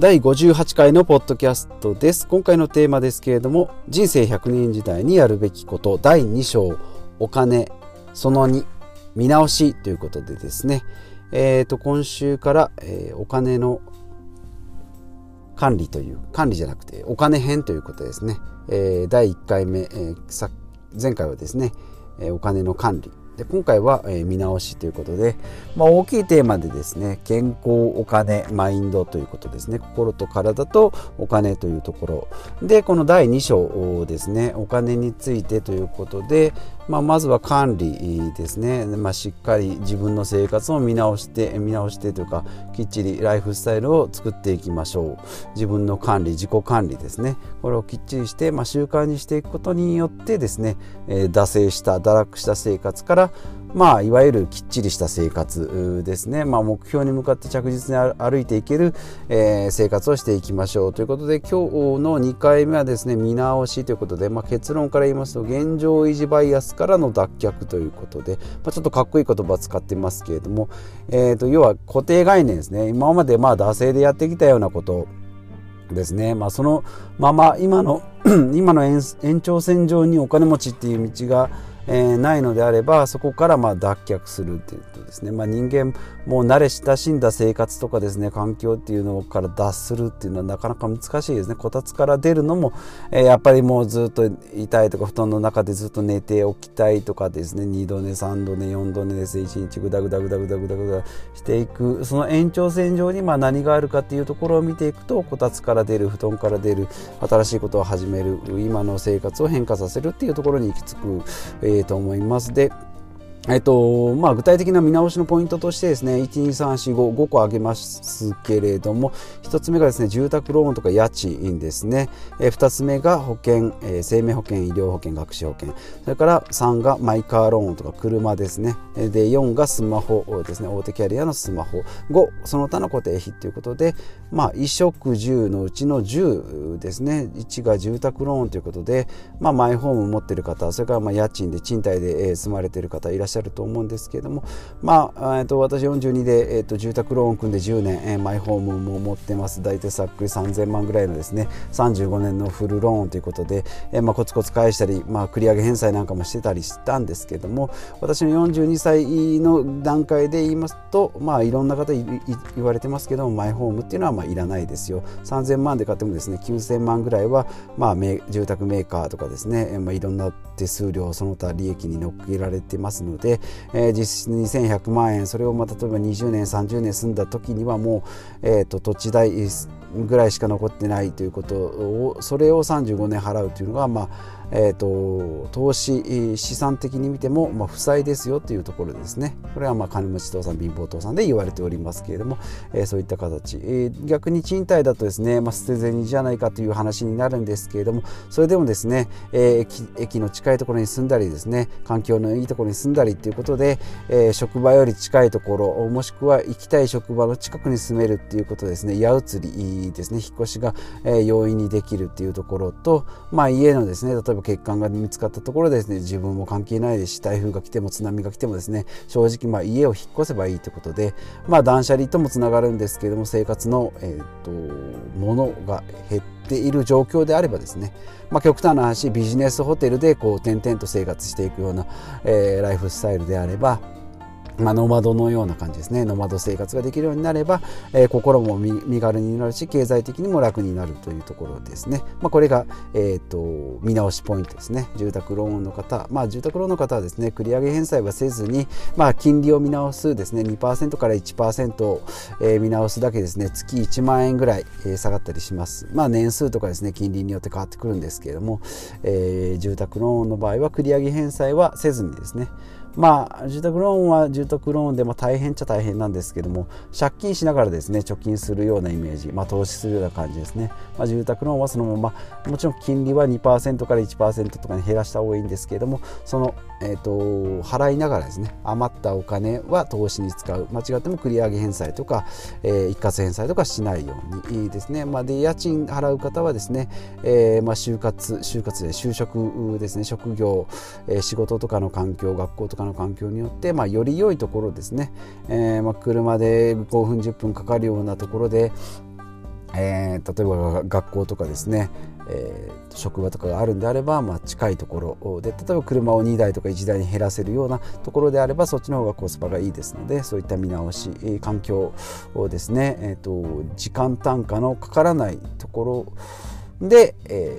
第58回のポッドキャストです。今回のテーマですけれども、人生100年時代にやるべきこと第2章、お金その2、見直しということでですね、今週から、お金の管理じゃなくてお金編ということですね。第1回目、前回はですね、お金の管理で、今回は、見直しということで、大きいテーマでですね、健康、お金、マインドということですね。心と体とお金というところで、この第2章ですね、お金についてということで、まずは管理ですね。しっかり自分の生活を見直してというか、きっちりライフスタイルを作っていきましょう。自分の管理、自己管理ですね。これをきっちりして、習慣にしていくことによってですね、堕落した生活からいわゆるきっちりした生活ですね。目標に向かって着実に歩いていける、生活をしていきましょうということで、今日の2回目はですね、見直しということで、結論から言いますと、現状維持バイアスからの脱却ということで、ちょっとかっこいい言葉を使ってますけれども、要は固定概念ですね。今まで惰性でやってきたようなことですね。そのまま今の延長線上にお金持ちっていう道がないのであれば、そこから脱却するっていうことですね。人間もう慣れ親しんだ生活とかですね、環境っていうのから脱するっていうのはなかなか難しいですね。こたつから出るのも、やっぱりもうずっと痛いとか、布団の中でずっと寝ておきたいとかですね、2度寝3度寝4度寝ですね、1日ぐだぐだしていく、その延長線上に何があるかっていうところを見ていくと、こたつから出る、布団から出る、新しいことを始める、今の生活を変化させるっていうところに行き着くと思います。で、具体的な見直しのポイントとしてですね、1,2,3,4,5個挙げますけれども、1つ目がですね、住宅ローンとか家賃ですね。2つ目が保険、生命保険、医療保険、学資保険。それから3がマイカーローンとか車ですね。で、4がスマホですね、大手キャリアのスマホ。5、その他の固定費ということで、衣食住のうちの10ですね。1が住宅ローンということで、マイホームを持っている方、それから家賃で賃貸で住まれている方いらっしゃると思うんですけれども、私42で、住宅ローン組んで10年、マイホームも持ってます。大体ざっくり3000万ぐらいのですね、35年のフルローンということで、コツコツ返したり、繰り上げ返済なんかもしてたりしたんですけれども、私の42歳の段階で言いますと、いろんな方言われてますけども、マイホームっていうのはいらないですよ。3000万で買ってもですね、9000万ぐらいは、住宅メーカーとかですね、いろんな手数料その他利益に乗っけられてますので、実質2100万円、それを例えば20年30年住んだ時にはもう、土地代ぐらいしか残ってないということを、それを35年払うというのが投資資産的に見ても負債ですよというところですね。これは金持ち倒産、貧乏倒産で言われておりますけれども、そういった形、逆に賃貸だとですね、捨て銭じゃないかという話になるんですけれども、それでもですね、駅の近いところに住んだりですね、環境のいいところに住んだりということで、職場より近いところ、もしくは行きたい職場の近くに住めるっていうことですね、矢移りですね、引っ越しが容易にできるっていうところと、家のですね、例えば欠陥が見つかったところでですね、自分も関係ないですし、台風が来ても津波が来てもですね、正直家を引っ越せばいいということで、断捨離ともつながるんですけれども、生活の、ものが減っている状況であればですね、極端な話、ビジネスホテルで転々と生活していくような、ライフスタイルであれば、ノマドのような感じですね。ノマド生活ができるようになれば、心も身軽になるし、経済的にも楽になるというところですね。これが、見直しポイントですね。住宅ローンの方、住宅ローンの方はですね、繰り上げ返済はせずに、金利を見直すですね、2% から 1% を、見直すだけですね、月1万円ぐらい、下がったりします。年数とかですね、金利によって変わってくるんですけれども、住宅ローンの場合は繰り上げ返済はせずにですね、住宅ローンは住宅ローンでも大変っちゃ大変なんですけども、借金しながらですね、貯金するようなイメージ、投資するような感じですね。住宅ローンはそのまま、もちろん金利は 2% から 1% とかに減らした方がいいんですけれども、その、払いながらですね、余ったお金は投資に使う。間違っても繰り上げ返済とか、一括返済とかしないようにですね。で、家賃払う方はですね、就職ですね、職業、仕事とかの環境、学校とかの環境によって、より良いところですね、車で5分10分かかるようなところで例えば学校とかですね、職場とかがあるんであれば、近いところで例えば車を2台とか1台に減らせるようなところであればそっちの方がコスパがいいですので、そういった見直し、環境をですね、時間単価のかからないところで、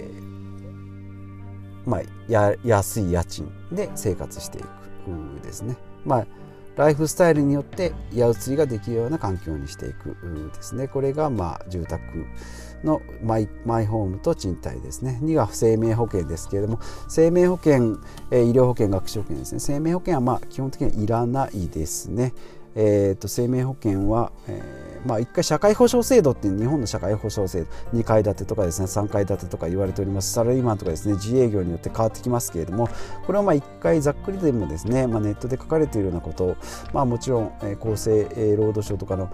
安い家賃で生活していくですね。ライフスタイルによって矢移りができるような環境にしていくですね。これが住宅のマイホームと賃貸ですね。2が生命保険ですけれども、生命保険、医療保険、学資保険ですね。生命保険は基本的にはいらないですね。生命保険は、一回社会保障制度っていう日本の社会保障制度2階建てとかですね3階建てとか言われております。サラリーマンとかですね自営業によって変わってきますけれども、これは1回ざっくりでもですね、ネットで書かれているようなことを、もちろん、厚生労働省とかの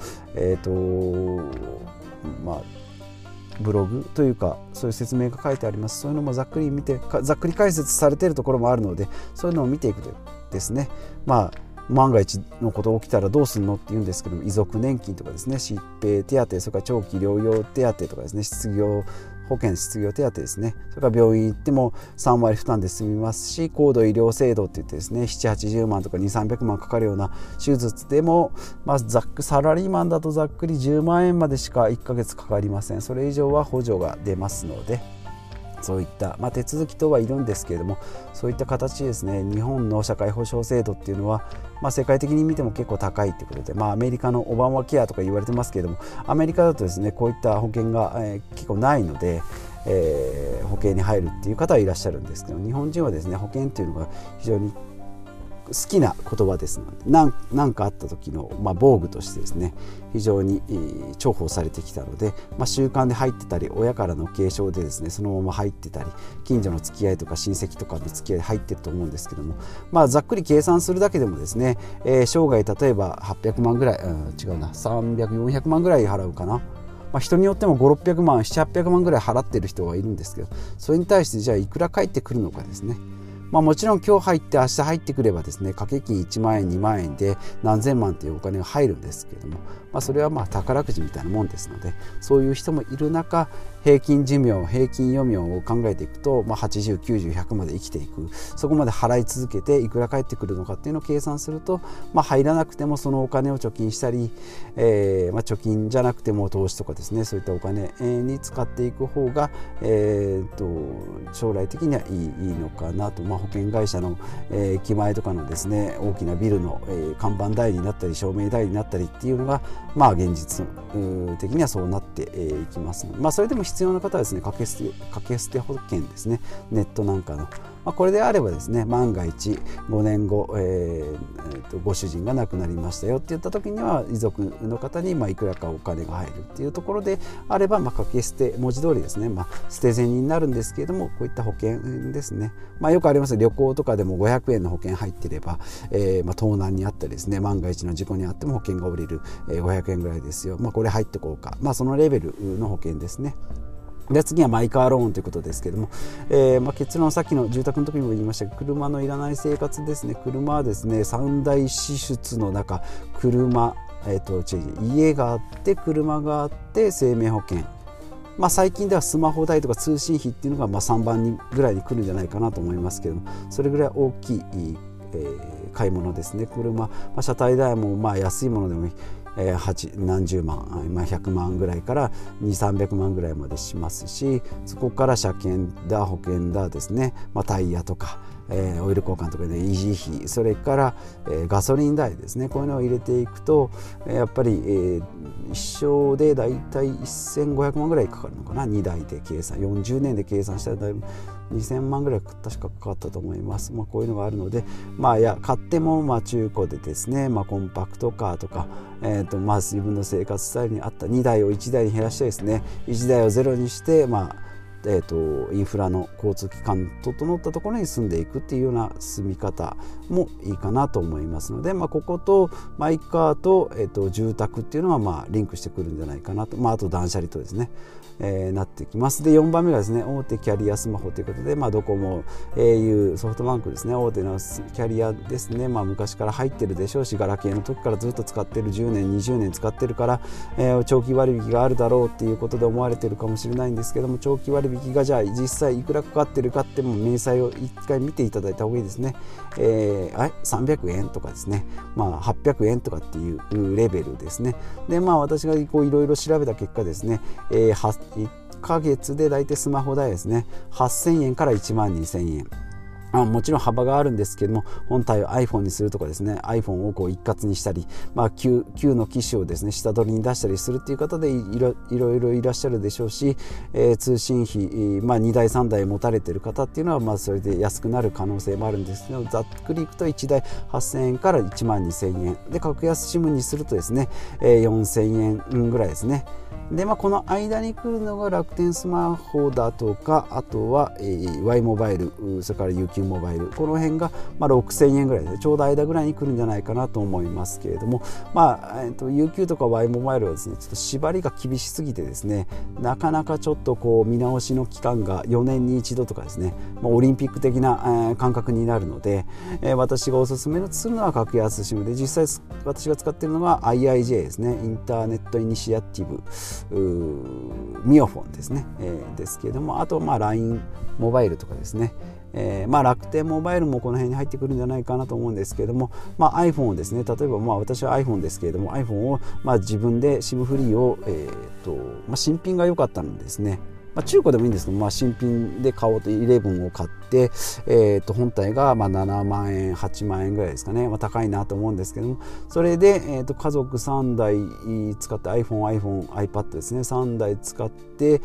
ブログというかそういう説明が書いてあります。そういうのもざっくり見てざっくり解説されているところもあるので、そういうのを見ていくとですね、万が一のこと起きたらどうするのって言うんですけども、遺族年金とかですね、疾病手当、それから長期療養手当とかですね、失業保険、失業手当ですね、それから病院行っても3割負担で済みますし、高度医療制度って言ってですね、780万とか200、300万かかるような手術でも、サラリーマンだとざっくり10万円までしか1ヶ月かかりません。それ以上は補助が出ますので、そういった、手続き等はいるんですけれども、そういった形ですね、日本の社会保障制度っていうのは、世界的に見ても結構高いということで、アメリカのオバマケアとか言われてますけれども、アメリカだとですねこういった保険が、結構ないので、保険に入るっていう方はいらっしゃるんですけど、日本人はですね保険っていうのが非常に好きな言葉ですので、何かあった時の、防具としてですね非常に重宝されてきたので、習慣で入ってたり親からの継承でですねそのまま入ってたり、近所の付き合いとか親戚とかの付き合いで入ってると思うんですけども、ざっくり計算するだけでもですね、生涯例えば800万ぐらい、300、400万ぐらい払うかな。人によっても5、600万、7、800万ぐらい払ってる人がいるんですけど、それに対してじゃあいくら返ってくるのかですね。もちろん今日入って明日入ってくればですね、掛け金1万円2万円で何千万というお金が入るんですけれども、それは宝くじみたいなもんですので、そういう人もいる中、平均寿命、平均余命を考えていくと、80、90、100まで生きていく、そこまで払い続けていくら返ってくるのかっていうのを計算すると、入らなくてもそのお金を貯金したり、貯金じゃなくても投資とかですね、そういったお金に使っていく方が、将来的にはいいのかなと。保険会社の駅前とかのですね大きなビルの看板代になったり照明代になったりっていうのが現実的にはそうなっていきますので、それでも必要な方はですね掛け捨て保険ですね、ネットなんかのこれであればですね、万が一5年後、ご主人が亡くなりましたよって言った時には遺族の方にいくらかお金が入るっていうところであれば、掛け捨て文字通りですね、捨て銭になるんですけれども、こういった保険ですね、よくあります旅行とかでも500円の保険入ってれば、盗難にあったりですね、万が一の事故にあっても保険が下りる、500円ぐらいですよ、これ入ってこうか、そのレベルの保険ですね。で次はマイカーローンということですけれども、結論さっきの住宅の時にも言いましたが、車のいらない生活ですね。車はですね三大支出の中、家があって車があって生命保険、最近ではスマホ代とか通信費っていうのが3番ぐらいに来るんじゃないかなと思いますけども、それぐらい大きい、買い物ですね。車、車体代も安いものでも何十万、100万ぐらいから200、300万ぐらいまでしますし、そこから車検だ保険だですね、タイヤとか、オイル交換とかで維持費、それから、ガソリン代ですね、こういうのを入れていくとやっぱり、一生でだいたい1500万ぐらいかかるのかな。2台で計算、40年で計算したらだいぶ2000万ぐらい確かかかったと思います。こういうのがあるので、買っても中古でですね、コンパクトカーとか、自分の生活スタイルに合った2台を1台に減らしてですね、1台をゼロにして、 インフラの交通機関整ったところに住んでいくっていうような住み方もいいかなと思いますので、こことマイカーと、住宅っていうのはリンクしてくるんじゃないかなと、あと断捨離とですね、なってきます。で4番目がですね、大手キャリアスマホということで、ドコモ、au、ソフトバンクですね、大手のキャリアですね、昔から入ってるでしょうし、ガラケーの時からずっと使ってる、10年20年使ってるから、長期割引があるだろうっていうことで思われてるかもしれないんですけども、長期割引がじゃあ実際いくらかかってるかっても明細を一回見ていただいた方がいいですね。300円とかですね、800円とかっていうレベルですね。で私がいろいろ調べた結果ですね、1ヶ月でだいたいスマホ代ですね、8000円から1万2000円。もちろん幅があるんですけども、本体を iPhone にするとかですね、 iPhone を一括にしたり、旧の機種をですね下取りに出したりするっていう方でいろいろいらっしゃるでしょうし、通信費、2台3台持たれている方っていうのはそれで安くなる可能性もあるんですけど、ざっくりいくと1台8000円から1万2000円で、格安 SIM にするとですね、4000円ぐらいですね。でこの間に来るのが楽天スマホだとか、あとは、Y モバイル、それから UQ モバイル、この辺が、6000円ぐらいでちょうど間ぐらいに来るんじゃないかなと思いますけれども、UQ とか Y モバイルはですねちょっと縛りが厳しすぎてですね、なかなかちょっと見直しの期間が4年に一度とかですね、オリンピック的な、感覚になるので、私がおすすめするのは格安 SIM で、実際私が使っているのが IIJ ですね、インターネットイニシアティブミオフォンですね、ですけれども、あとLINE モバイルとかですね、楽天モバイルもこの辺に入ってくるんじゃないかなと思うんですけれども、iPhone をですね、例えば私は iPhone ですけれども、 iPhone を自分で SIM フリーを、新品が良かったのですね、中古でもいいんですけど、新品で買おうと11を買って、本体が7万円8万円ぐらいですかね、高いなと思うんですけども、それで、家族3台使って iPhone、iPad ですね、3台使って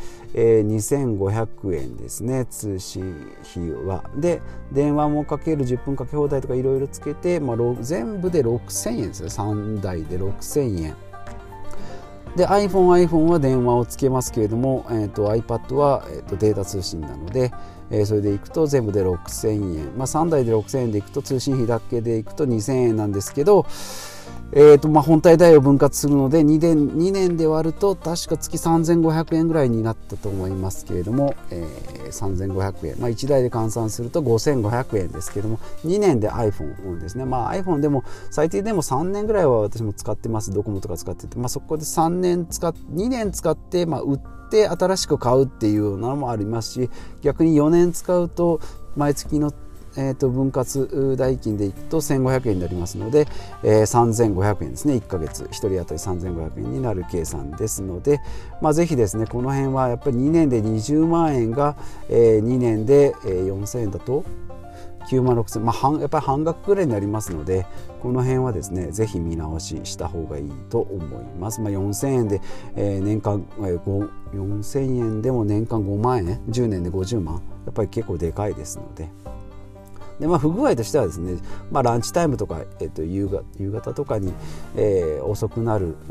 、2500円ですね、通信費は。で電話もかける10分かけ放題とかいろいろつけて、全部で6000円ですね、3台で6000円で、 iPhone は電話をつけますけれども、iPad は、データ通信なので、それでいくと全部で6000円、3台で6000円でいくと通信費だけでいくと2000円なんですけど、本体代を分割するので2年で割ると確か月3500円ぐらいになったと思いますけれども、3500円、1台で換算すると5500円ですけれども、2年で iPhone ですね、iPhone でも最低でも3年ぐらいは私も使ってます。ドコモとか使ってて、そこで2年使って、売って新しく買うっていうのもありますし、逆に4年使うと毎月の分割代金でいくと1500円になりますので、3500円ですね、1ヶ月1人当たり3500円になる計算ですので、ぜひですね、この辺はやっぱり2年で20万円が、2年で、4000円だと9万6000円、やっぱり半額ぐらいになりますので、この辺はですねぜひ見直しした方がいいと思います。4000円で、年間、4000円でも年間5万円、10年で50万、やっぱり結構でかいですので。で不具合としてはですね、ランチタイムとか、夕方とかに、遅くなる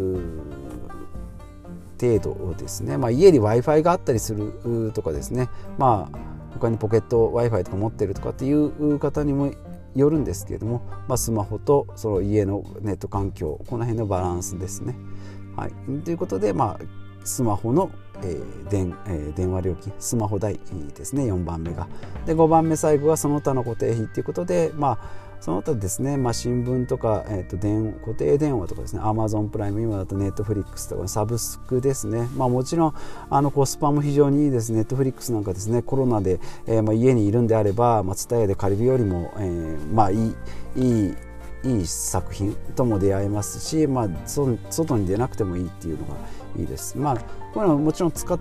程度をですね、家に Wi-Fi があったりするとかですね、他にポケット Wi-Fi とか持ってるとかっていう方にもよるんですけれども、スマホとその家のネット環境、この辺のバランスですね。ということで、スマホの、電話料金、スマホ代ですね、4番目が。で5番目最後がその他の固定費ということで、その他ですね、新聞とか、固定電話とかですね、Amazon プライム、今だと Netflix とかサブスクですね、もちろんコスパも非常にいいです。Netflix なんかですね、コロナで、家にいるんであれば、TSUTAYAで借りるよりも、いい作品とも出会えますし、外に出なくてもいいっていうのがいいです。これはもちろん使って、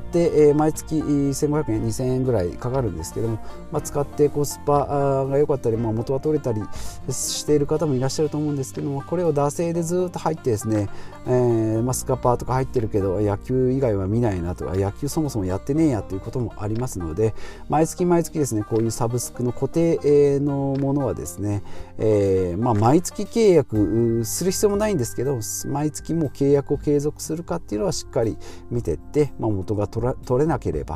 毎月1500円2000円ぐらいかかるんですけども、使ってコスパが良かったり、元は取れたりしている方もいらっしゃると思うんですけども、これを惰性でずっと入ってですね、スカパーとか入ってるけど野球以外は見ないなとか、野球そもそもやってねえやということもありますので、毎月ですね、こういうサブスクの固定のものはですね、毎月契約する必要もないんですけど、毎月もう契約を継続するかっていうのはしっかり見ていって、元が取れなければ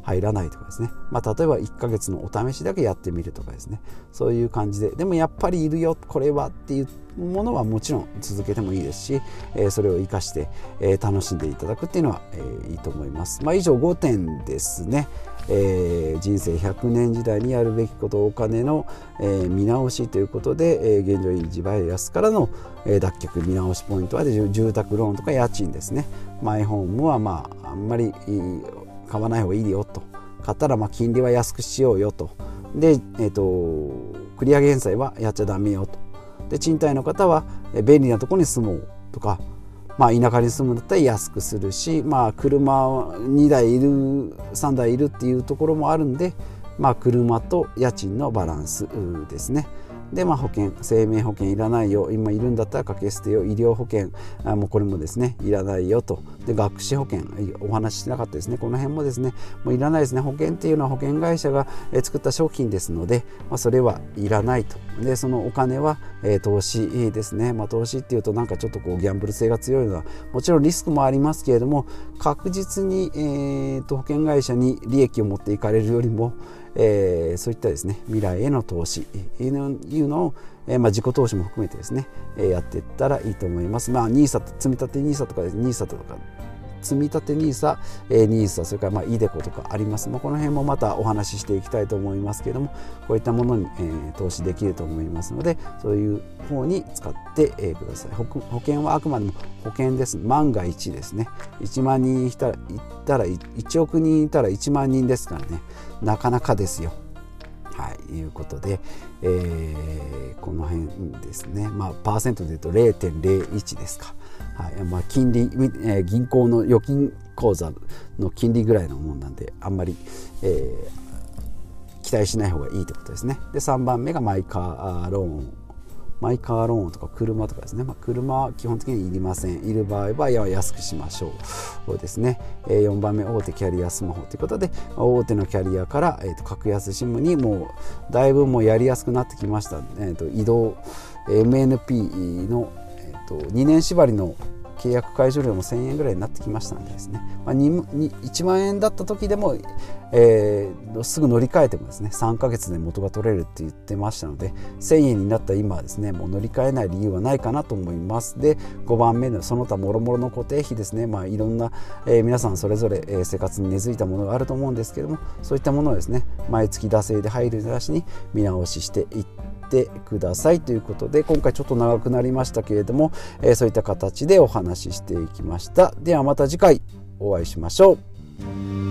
入らないとかですね、例えば1ヶ月のお試しだけやってみるとかですね、そういう感じで、でもやっぱりいるよこれはっていうものはもちろん続けてもいいですし、それを生かして、楽しんでいただくっていうのは、いいと思います。以上5点ですね。人生100年時代にやるべきこと、お金の、見直しということで、現状維持バイアスからの、脱却見直しポイントは住宅ローンとか家賃ですね。マイホームはあんまり買わない方がいいよと、買ったら金利は安くしようよと、で、繰り上げ返済はやっちゃダメよと、で賃貸の方は便利なところに住もうとか、田舎に住むんだったら安くするし、車2台いる3台いるっていうところもあるんで、車と家賃のバランスですね。で、保険、生命保険いらないよ、今いるんだったら掛け捨てよ、医療保険もうこれもですねいらないよと、で学資保険お話ししなかったですね、この辺もですねもういらないですね。保険っていうのは保険会社が作った商品ですので、それはいらないと。でそのお金は投資ですね。投資っていうとなんかちょっとギャンブル性が強いのはもちろんリスクもありますけれども、確実に保険会社に利益を持っていかれるよりもそういったですね未来への投資いうのを、自己投資も含めてですね、やっていったらいいと思います。NISA、積立 NISA とか NISA とか積立 NISA、NISA、それからiDeCo とかあります。この辺もまたお話ししていきたいと思いますけれども、こういったものに、投資できると思いますので、そういう方に使って、ください。保険はあくまでも保険です。万が一ですね。1万人いたら1億人いたら1万人ですからね、なかなかですよ。いうことで、この辺ですね、パーセントでいうと 0.01 ですか。金利、銀行の預金口座の金利ぐらいのもんなんで、あんまり、期待しない方がいいということですね。で3番目がマイカーローンとか車とかですね。車は基本的にいりません。いる場合は安くしましょうですね。4番目大手キャリアスマホということで、大手のキャリアから、格安SIMにもうだいぶもうやりやすくなってきました。移動 MNP の、2年縛りの契約解除料も1000円ぐらいになってきましたのでですね、1万円だった時でも、すぐ乗り換えてもですね3ヶ月で元が取れるって言ってましたので、1000円になった今はですねもう乗り換えない理由はないかなと思います。で5番目のその他もろもろの固定費ですね。いろんな、皆さんそれぞれ、生活に根付いたものがあると思うんですけれども、そういったものをですね毎月惰性で入るなしに見直ししていってくださいということで、今回ちょっと長くなりましたけれども、そういった形でお話ししていきました。ではまた次回お会いしましょう。